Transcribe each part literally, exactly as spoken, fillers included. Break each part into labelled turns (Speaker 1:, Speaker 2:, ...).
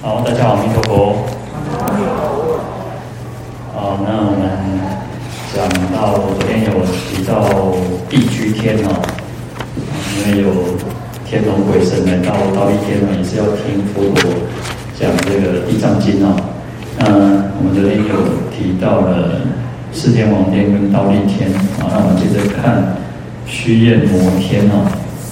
Speaker 1: 好，大家好，阿弥陀佛。好，那我们讲到昨天有提到地居天哦，因为有天龙鬼神来到忉利天呢，也是要听佛陀讲这个地藏经哦。那我们昨天有提到了四天王天跟忉利天，好，那我们接着看须焰摩天哦。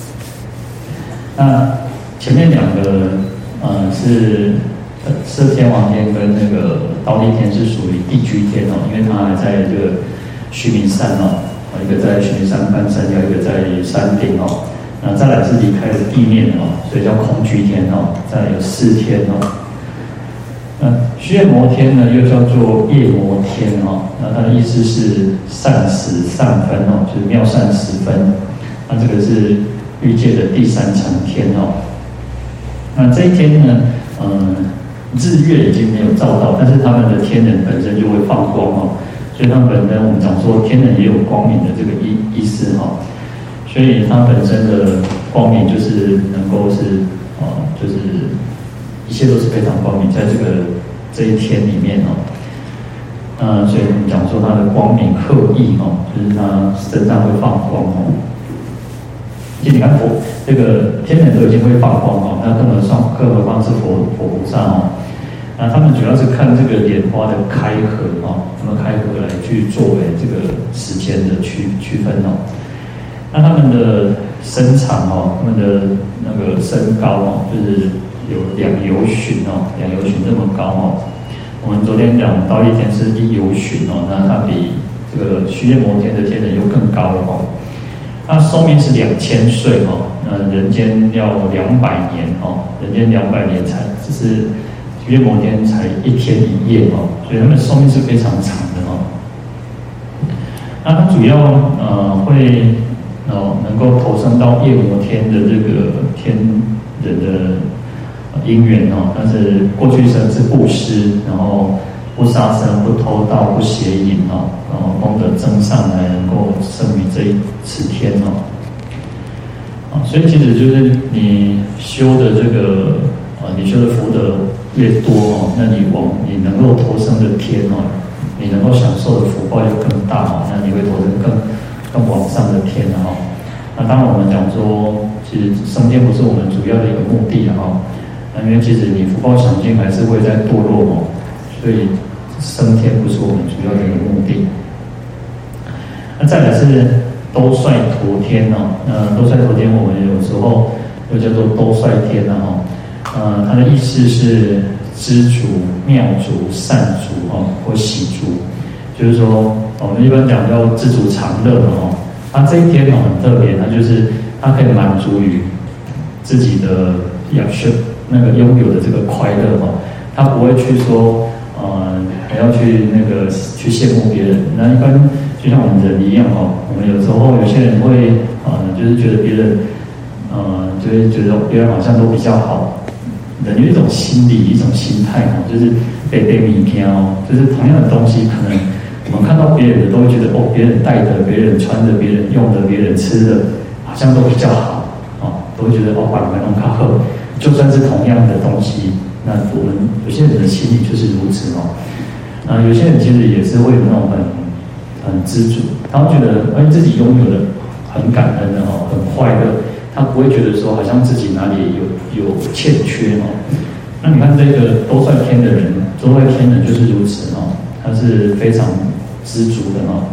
Speaker 1: 那前面两个。嗯，是四天王天跟那个忉利天是属于地居天哦，因为它还在这个须弥山哦，一个在须弥山半山腰，一个在山顶哦。那再来是离开了地面哦，所以叫空居天哦。再来有四天哦。那须焰摩天呢，又叫做夜摩天哦。那它的意思是善十善分哦，就是妙善十分。那这个是欲界的第三层天哦。那这一天呢，嗯，日月已经没有照到，但是他们的天人本身就会放光哦，所以他们本身我们讲说天人也有光明的这个意意思哈、哦，所以它本身的光明就是能够是哦，就是一切都是非常光明，在这个这一天里面哦，嗯，所以我们讲说它的光明赫异哦，就是它身上会放光哦。其实你看佛这个天人都已经会放光哦，那更何况更何况是佛佛菩萨哦。那他们主要是看这个莲花的开合哦，他们开合来去作为这个时间的区区分哦。那他们的身长哦，他们的那个身高哦，就是有两由旬哦，两由旬这么高哦。我们昨天讲忉利天是一由旬哦，那它比这个须焰摩天的天人又更高哦。它寿命是两千岁哦，呃，人间要两百年哦，人间两百年才只是须焰摩天才一天一夜哦，所以他们寿命是非常长的哦。那它主要呃会哦能够投生到夜摩天的这个天人的因缘哦，但是过去生是布施，然后不杀生、不偷盗、不邪淫哦，然后功德增上来，能够生于这一此天哦。啊，所以其实就是你修的这个啊，你修的福德越多哦，那你往你能够投生的天哦，你能够享受的福报就更大哦，那你会投生更更往上的天哦。那当然我们讲说，其实升天不是我们主要的一个目的哦，那因为其实你福报享尽还是会在堕落哦。所以升天不是我们主要的一个目的。那再来是兜率陀天哦，那兜率陀天我们有时候又叫做兜率天啊哈，呃，它的意思是知足、妙足、善足哦，或喜足，就是说我们一般讲叫知足常乐哦。它这一天哦很特别，它就是它可以满足于自己的要是那个拥有的这个快乐哦，它不会去说。呃，还要去那个去羡慕别人。那一般就像我们人一样哦，我们有时候有些人会呃，就是觉得别人呃，就会觉得别人好像都比较好。人有一种心理，一种心态哦，就是被被迷偏哦，就是同样的东西，可能我们看到别人的都会觉得哦，别人戴的、别人穿的、别人用的、别人吃的，好像都比较好哦，都会觉得哦，把门弄靠后，就算是同样的东西。那我们有些人的心理就是如此哦，啊，有些人其实也是会有那种很很知足，他会觉得哎自己拥有的很感恩的哦，很快乐，他不会觉得说好像自己哪里有有欠缺哦。那你看这个兜率天的人，兜率天人就是如此哦，他是非常知足的哦。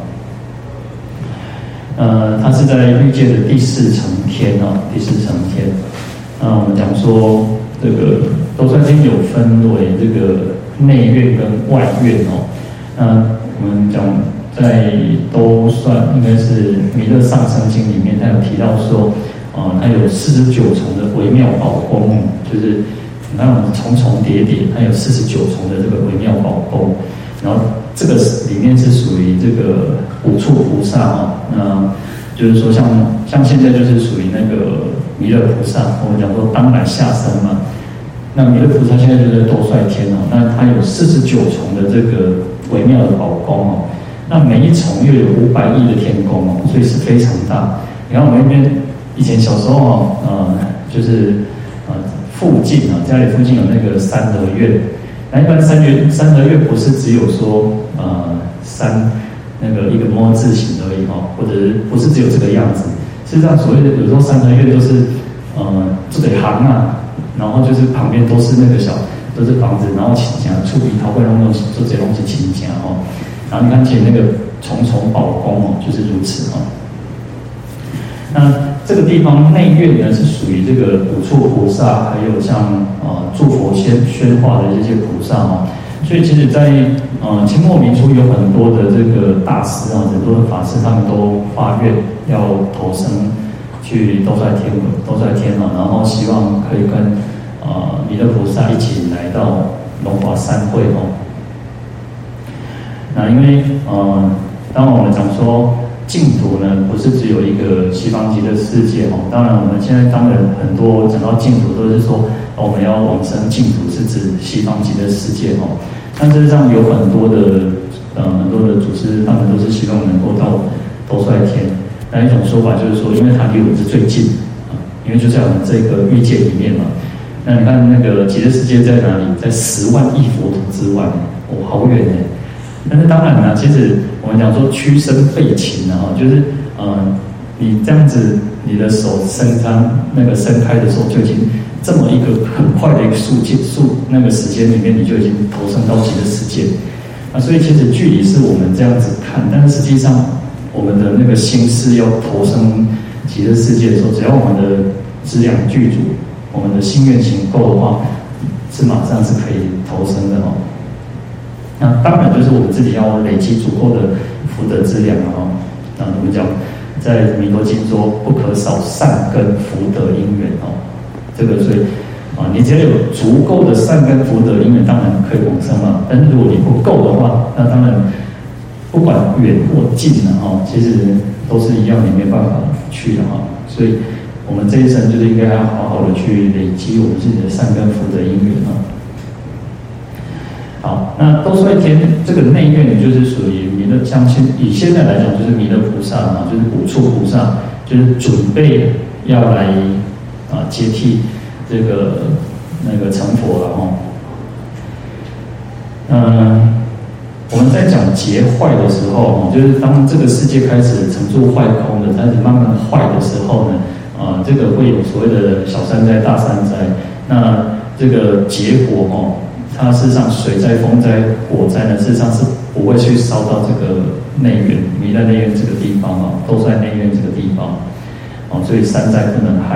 Speaker 1: 呃，他是在欲界的第四层天哦，第四层天。那我们讲说这个。兜率天有分为这个内院跟外院哦。那我们讲在兜率应该是《弥勒上生经》里面，他有提到说，啊、呃，它有四十九重的微妙宝宫，就是那种重重叠叠，它有四十九重的这个微妙宝宫。然后这个里面是属于这个五处菩萨哦，那就是说像像现在就是属于那个弥勒菩萨，我们讲说当来下生嘛。那弥勒菩萨现在就在兜率天哦，那它有四十九重的这个微妙的宝宫哦，那每一重又有五百亿的天宫哦，所以是非常大。你看我们那边以前小时候哦，呃，就是呃附近啊，家里附近有那个三合院。那一般三合三合院不是只有说呃三那个一个摸字形而已哈，或者是不是只有这个样子？事实上，所谓的有时候三合院都是呃这个行啊，然后就是旁边都是那个小都是房子，然后请家厝边头尾拢拢做这拢是亲家哦。然后你看起那个重重宝宫哦，就是如此哦。那这个地方内院呢，是属于这个五处菩萨，还有像呃诸佛宣宣化的这些菩萨哦。所以其实在，在呃清末民初有很多的这个大师啊，很多的法师，他们都发愿要投生去兜率天兜率天哦，然后希望可以跟呃弥勒菩萨一起来到龙华三会哦。那因为呃，当我们讲说净土呢，不是只有一个西方极乐世界哦。当然，我们现在当然很多讲到净土，都是说我们要往生净土，是指西方极乐世界哦。但事实上有很多的呃很多的祖师，他们都是希望能够到兜率天。那一种说法就是说，因为它离我们是最近啊，因为就在我们这个欲界里面嘛。那你看那个极乐世界在哪里？在十万亿佛土之外，哦，好远呢。但是当然啦，其实我们讲说屈伸背擒啊，就是呃，你这样子，你的手伸张那个伸开的时候，就已经这么一个很快的一个速界速那个时间里面，你就已经投身到极乐世界啊。所以其实距离是我们这样子看，但是实际上我们的那个心思要投身极乐世界的时候，只要我们的资粮具足，我们的心愿行够的话，是马上是可以投身的哦。那当然就是我们自己要累积足够的福德资粮啊！那我们讲在《弥陀经》说，不可少善根福德因缘哦。这个所以啊，你只要有足够的善根福德因缘，当然可以往生嘛。但是如果你不够的话，那当然不管远或近啊，哈，其实都是一样，你没办法去的哈。所以我们这一生就是应该要好好的去累积我们自己的善根福德因缘啊。好，那兜率天这个内院就是属于弥勒，像现以现在来讲，就是弥勒菩萨嘛，就是五处菩萨，就是准备要来啊接替这个那个成佛了哈。嗯，我们在讲劫坏的时候，就是当这个世界开始成住坏空的，开始慢慢坏的时候呢，啊，这个会有所谓的小三灾、大三灾。那这个劫火哦。它事实上水灾、风灾、火灾呢，事实上是不会去烧到这个内院、弥勒内院这个地方啊，兜率内院这个地方，哦，所以三灾不能害。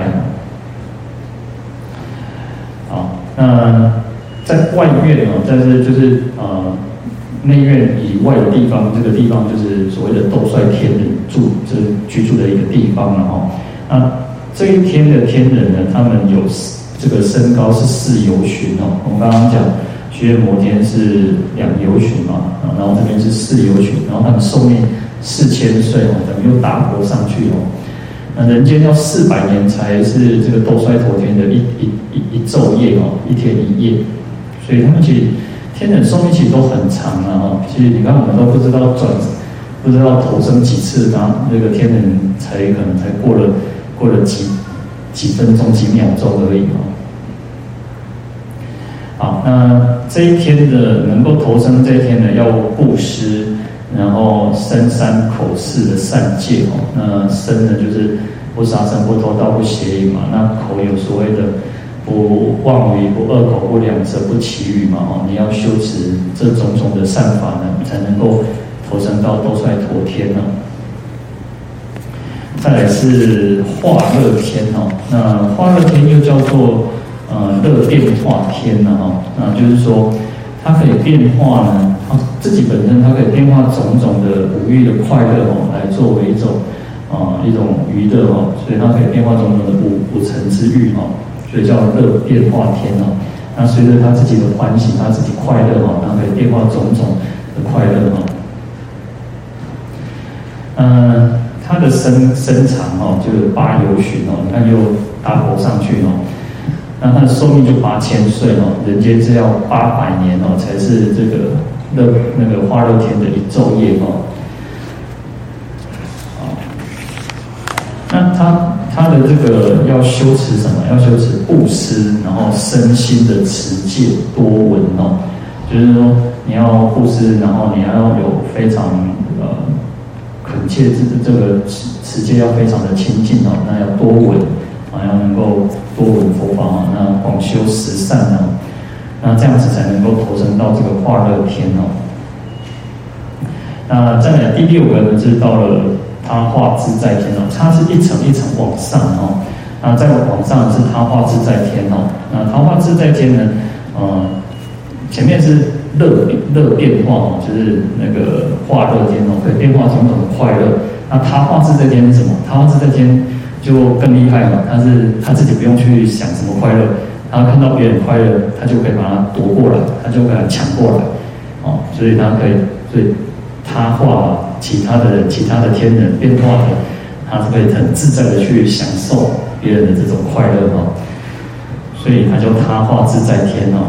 Speaker 1: 好，那在外院哦，但是就是呃内院以外的地方，这个地方就是所谓的兜率天人住这居住的一个地方了哈。那这一天的天人呢，他们有这个身高是四由旬哦，我们刚刚讲。须夜摩天是两由旬嘛，然后这边是四由旬，然后他们寿命四千岁哦，等于又打活上去哦。那人间要四百年才是这个兜率陀天的一一一一昼夜哦，一天一夜，所以他们其实天人寿命其实都很长啊哦。其实你看我们都不知道转，不知道投生几次，然后那个天人才可能才过了过了几几分钟几秒钟而已哦。好，那这一天的能够投生这一天呢，要布施，然后身三口四的善戒哦。那身呢，就是不杀生、不偷盗、不邪淫嘛。那口有所谓的不妄语、不恶口、不两舌、不绮语嘛哦。你要修持这种种的善法呢，才能够投生到兜率陀天呢。再来是化乐天哦，那化乐天又叫做。呃，乐变化天呐、啊，哈，那就是说，它可以变化呢，它自己本身它可以变化种种的五欲的快乐哦，来作为一种啊、呃、一种娱乐哦，所以它可以变化种种的五五尘之欲哦，所以叫乐变化天哦。那随着他自己的欢喜，他自己快乐哦，它可以变化种种的快乐哦。嗯、呃，它的身身长哦，就有八由旬哦，你看又打活上去哦。那他的寿命就八千岁哦，人间是要八百年哦，才是这个乐那个化乐天的一昼夜哦。好，那他他的这个要修持什么？要修持布施，然后身心的持戒多闻哦，就是说你要布施，然后你要有非常呃恳切这这个持持戒要非常的亲近哦，那要多闻啊，要能够多闻佛法啊，那广修十善哦，那这样子才能够投身到这个化乐天哦。那再来第六个呢，就是到了他化自在天哦，它是一层一层往上哦，那再往上是他化自在天哦，那他化自在天呢，呃，前面是乐乐变化哦，就是那个化乐天哦，可以变化种种的快乐。那他化自在天是什么？他化自在天就更厉害了，他是他自己不用去想什么快乐，他看到别人快乐，他就可以把它夺过来，他就可以把它抢过来哦，所以他可以，所以他化其他的人、其他的天人变化的，他是可以很自在的去享受别人的这种快乐哦，所以他叫他化自在天哦。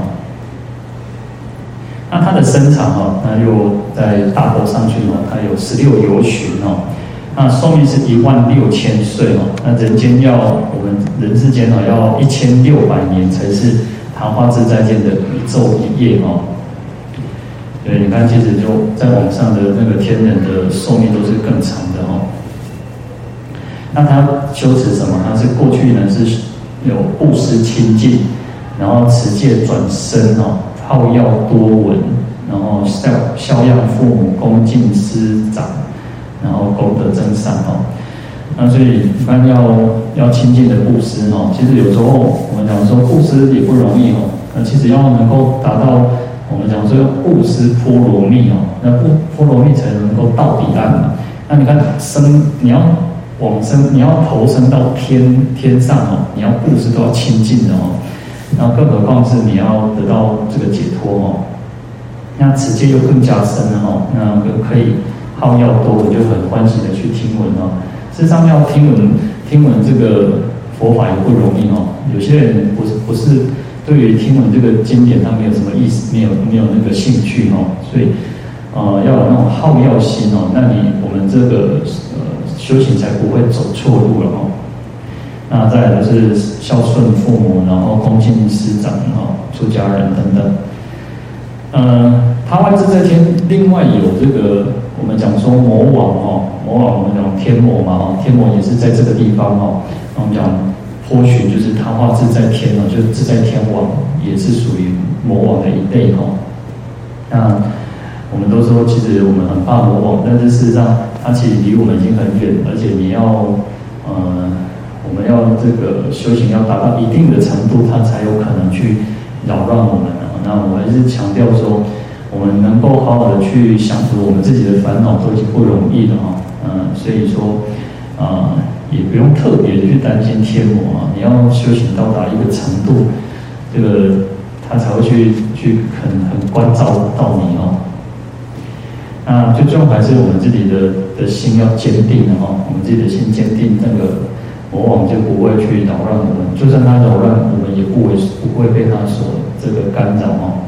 Speaker 1: 那它的身长哦，那又在大头上去哦，它有十六由旬哦，那寿命是一万六千岁哦，那人间要我们人世间哦要一千六百年才是他化自在天的一昼一夜哦。对，你看，其实就在往上的那个天人的寿命都是更长的哦。那他修持什么？他是过去呢是有布施清净，然后持戒转身哦，好乐多闻，然后孝孝养父母，恭敬师长，然后功德增上哦。那所以一般要要亲近的布施哦，其实有时候我们讲说布施也不容易哦。那其实要能够达到。我们讲说布施波罗蜜哦，那波波罗蜜才能够到彼岸嘛。那你看生，你要往生，你要投生到天天上哦，你要布施都要清净的哦。然后更何况是你要得到这个解脱哦，那持戒又更加深了哦。那可以好乐多闻，就很欢喜的去听闻哦。事实上要听闻听闻这个佛法也不容易哦。有些人不是不是。对于听闻这个经典，他没有什么意思，没有没有那个兴趣哦，所以，呃，要有那种好乐心哦，那你我们这个呃修行才不会走错路了哦。那再来就是孝顺父母，然后恭敬师长哦，出家人等等。呃，他化自在天，另外有这个我们讲说魔王哦，魔王我们讲天魔嘛哦，天魔也是在这个地方哦，我们讲。波旬就是他化自在天哦，就是自在天王，也是属于魔王的一类哦。那我们都说，其实我们很怕魔王，但是事实上，他其实离我们已经很远，而且你要呃，我们要这个修行要达到一定的程度，他才有可能去扰乱我们哦。那我还是强调说，我们能够好好的去降服我们自己的烦恼，都已经不容易了哈。嗯、呃，所以说，啊、呃。也不用特别的去担心天魔啊，你要修行到达一个程度，这个他才会去去很很关照到你哦。那最重要还是我们自己的的心要坚定的哦，我们自己的心坚定，那个魔王就不会去扰乱我们，就算他扰乱我们，也不会不会被他所这个干扰哦。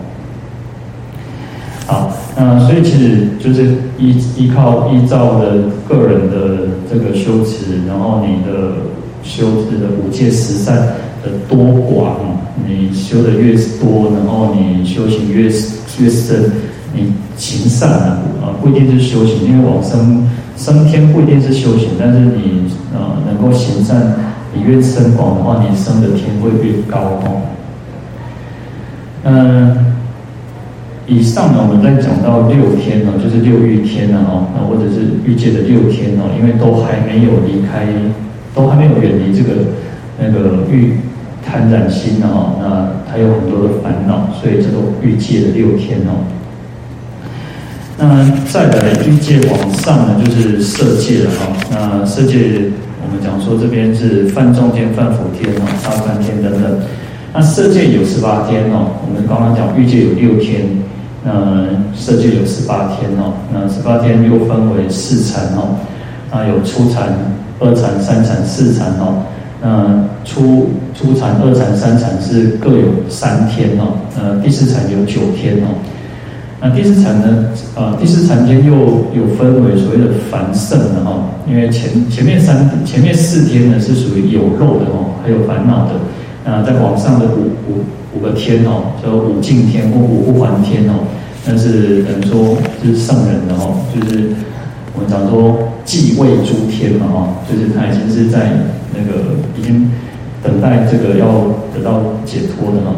Speaker 1: 好，那所以其实就是依依靠依照的个人的这个修持，然后你的修持的五戒十善的多寡，你修的越多，然后你修行越越深，你行善啊啊不一定是修行，因为往生升天不一定是修行，但是你呃能够行善，你越深广的话，你升的天会越高哦。嗯。以上呢，我们在讲到六天呢，就是六欲天啊，哦，那或者是欲界的六天哦，因为都还没有离开，都还没有远离这个那个欲贪染心啊，那它有很多的烦恼，所以这都欲界的六天哦。那再来欲界往上呢，就是色界了哈。那色界我们讲说这边是梵众天、梵辅天哦、大梵天等等。那色界有十八天哦，我们刚刚讲欲界有六天。那色界有十八天哦，那十八天又分为四禅哦，那有初禅、二禅、三禅、四禅哦。那初初禅、二禅、三禅是各有三天哦，呃，第四禅有九天哦。 那第四禅呢，呃，第四禅天又有分为所谓的凡圣的哈，因为前前面三前面四天呢是属于有漏的哦，还有烦恼的。那在往上的五五五个天哦，叫五净天或五不还天哦，那是等于说就是圣人的哦，就是我们讲说继位诸天嘛哈，就是他已经是在那个已经等待这个要得到解脱的哈。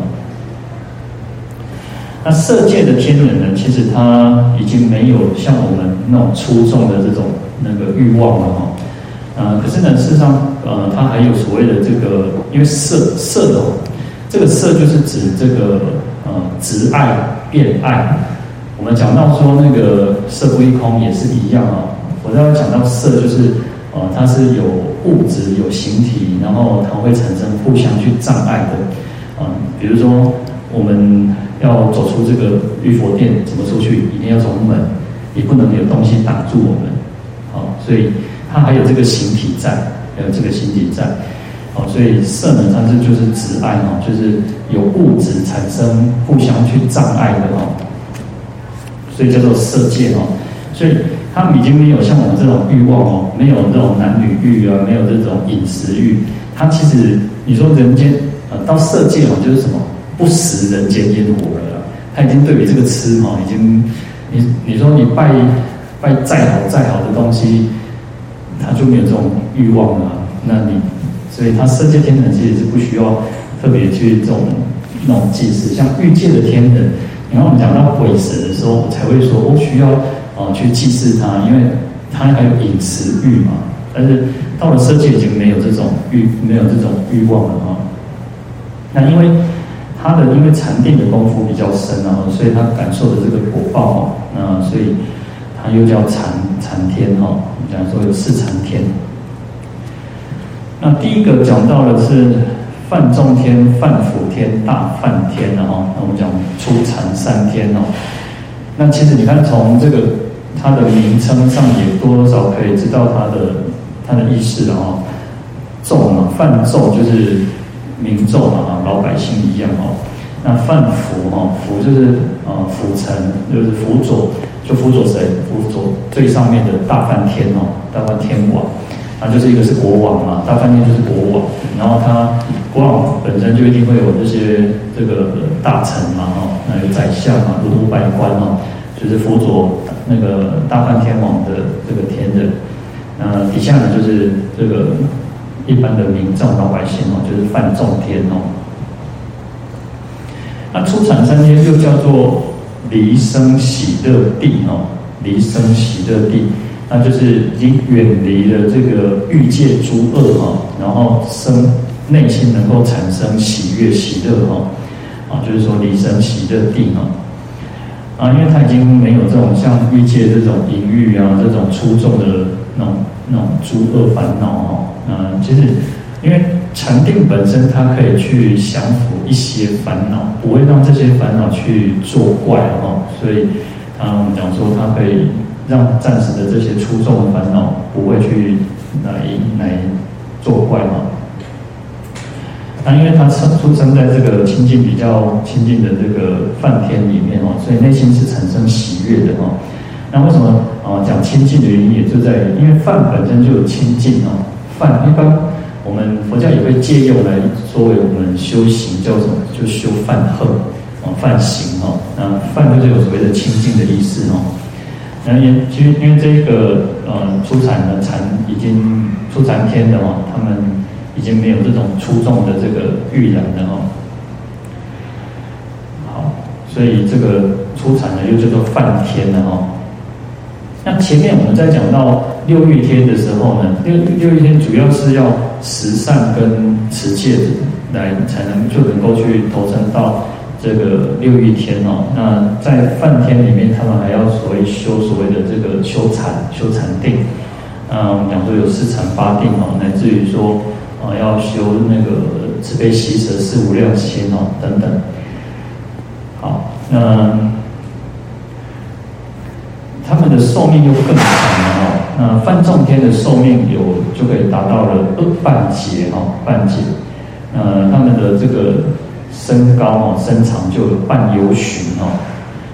Speaker 1: 那色界的天人呢，其实他已经没有像我们那种粗重的这种那个欲望了哈。啊，可是呢，事实上，呃，它还有所谓的这个，因为色色的，这个色就是指这个呃执爱变爱。我们讲到说那个色不异空也是一样啊。我要讲到色就是呃它是有物质有形体，然后它会产生互相去障碍的。啊、呃，比如说我们要走出这个浴佛殿，怎么出去？一定要从门，也不能有东西挡住我们。好、所以。它还有这个形体在，还有这个形体在，哦，所以色呢，它是就是执爱哦，就是有物质产生互相去障碍的哦，所以叫做色界哦。所以他们已经没有像我们这种欲望哦，没有这种男女欲啊，没有这种饮食欲。它其实你说人间呃到色界哦，就是什么不食人间烟火了啦。他已经对于这个吃哦，已经你你说你拜拜再好再好的东西。他就没有这种欲望了，那你，所以他色界天人其实是不需要特别去这种那种祭祀，像欲界的天人，然后我们讲到鬼神的时候，才会说我需要啊、呃、去祭祀他，因为他还有饮食欲嘛。但是到了色界已经没有这种欲，没有这种欲望了哈。那因为他的因为禅定的功夫比较深啊，所以他感受的这个果报哦，那所以他又叫禅禅天哈。讲说有四禅天，那第一个讲到的是梵众天、梵辅天、大梵天的哈。那我们讲初禅三天哦。那其实你看从这个它的名称上也多多少可以知道它的它的意思了哈。众嘛，梵众就是民众嘛，老百姓一样哦。那梵辅哈，辅就是呃辅臣，就是辅佐。就辅佐谁？辅佐最上面的大梵天哦，大梵天王，那就是一个是国王嘛，大梵天就是国王，然后他国王本身就一定会有这些这个大臣嘛，哦，那有宰相嘛，如图百官哦，就是辅佐那个大梵天王的这个天人，那底下呢就是这个一般的民众老百姓哦，就是梵众天哦。那初禅三天又叫做离生喜乐地哦，离生喜乐地，那就是已经远离了这个欲界诸恶哈，然后生内心能够产生喜悦喜乐哈，啊，就是说离生喜乐地哈，啊，因为他已经没有这种像欲界这种淫欲啊，这种粗重的那种那种诸恶烦恼哈，啊，其实因为禅定本身它可以去降服一些烦恼，不会让这些烦恼去作怪哈，所以啊，我们讲说它可以让暂时的这些粗重的烦恼不会去来来作怪哈。那因为他出生在这个清净比较清净的这个梵天里面哦，所以内心是产生喜悦的哦。那为什么啊讲清净的原因，也就在于因为梵本身就有清净哦，梵一般。我们佛教也会借用来作为我们修行，叫什么？就修梵行哦，梵行哦。那梵就是有所谓的清净的意思哦。那因其实因为这个呃初禅的禅已经初禅天的哦，他们已经没有这种粗重的这个欲染了哦。好，所以这个初禅呢又叫做梵天了哦。那前面我们在讲到六欲天的时候呢，六六欲天主要是要十善跟持戒来才能就能够去投身到这个六欲天哦。那在梵天里面，他们还要所谓修所谓的这个修禅修禅定。那我们讲说有四禅八定哦，乃至于说啊要修那个慈悲喜舍四无量心哦等等。好，那他们的寿命又更长了哦。那梵众天的寿命有就可以达到了二半劫哦，半劫。呃，他们的这个身高哦，身长就有半由旬哦。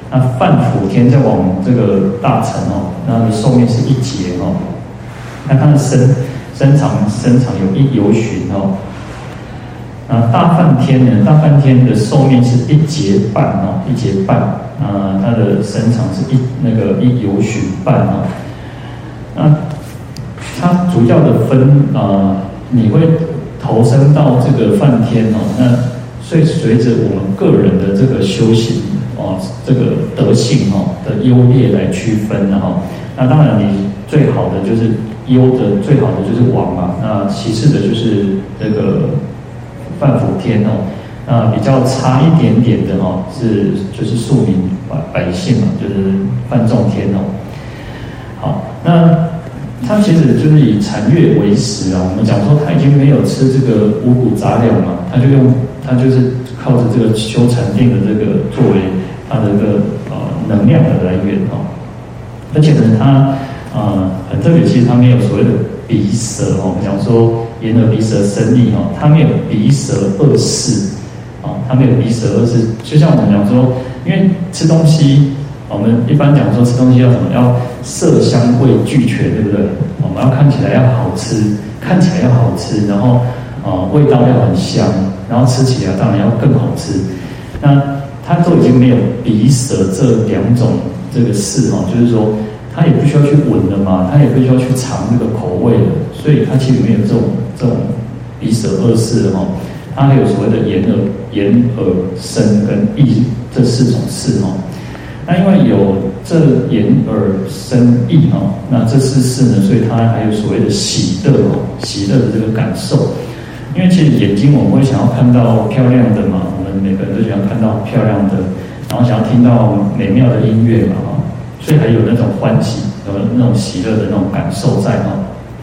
Speaker 1: 那范辅天再往这个大乘哦，那的寿命是一劫哦。那它的身身长身长有一由旬哦。那大梵天呢？大梵天的寿命是一劫半哦，一劫半。啊，它的身长是一那个一由旬半哦。那它主要的分啊、呃，你会投身到这个梵天哦。那所以随着我们个人的这个修行哦，这个德性哦的优劣来区分的哈。那当然你最好的就是优的，最好的就是王嘛。那其次的就是这个范辅天哦。那比较差一点点的哦，是就是庶民百百姓嘛，就是范仲天哦。好，那他其实就是以禅悦为食啊。我们讲说他已经没有吃这个五谷杂粮嘛，他就用他就是靠着这个修禅定的这个作为他的这个呃能量的来源哦。而且呢，他呃很特别，其实他没有所谓的鼻舌哦。我们讲说眼耳鼻舌身意哦，他没有鼻舌二识。他没有鼻舌二识，就像我们讲说，因为吃东西，我们一般讲说吃东西要什么？要色香味俱全，对不对？我们要看起来要好吃，看起来要好吃，然后呃味道要很香，然后吃起来当然要更好吃。那他都已经没有鼻舌这两种这个识哈，就是说他也不需要去闻了嘛，他也不需要去尝那个口味了，所以他其实没有这种这种鼻舌二识哈。它还有所谓的眼耳、眼耳身跟意这四种识哦。那因为有这眼耳身意哦，那这四识呢，所以它还有所谓的喜乐哦，喜乐的这个感受。因为其实眼睛我们会想要看到漂亮的嘛，我们每个人都想要看到漂亮的，然后想要听到美妙的音乐嘛哈，所以还有那种欢喜和那种喜乐的那种感受在哈。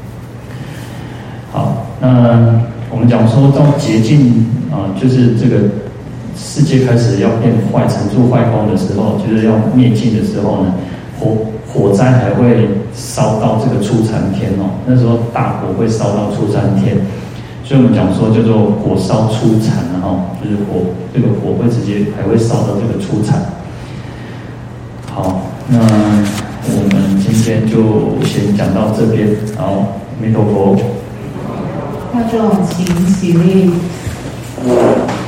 Speaker 1: 好，那。我们讲说到洁净啊、呃，就是这个世界开始要变坏、成住坏空的时候，就是要灭尽的时候呢，火火灾还会烧到这个初禅天哦。那时候大火会烧到初禅天，所以我们讲说叫做火烧初禅啊，就是火这个火会直接还会烧到这个初禅。好，那我们今天就先讲到这边，然后阿弥陀佛。
Speaker 2: 大众请起立。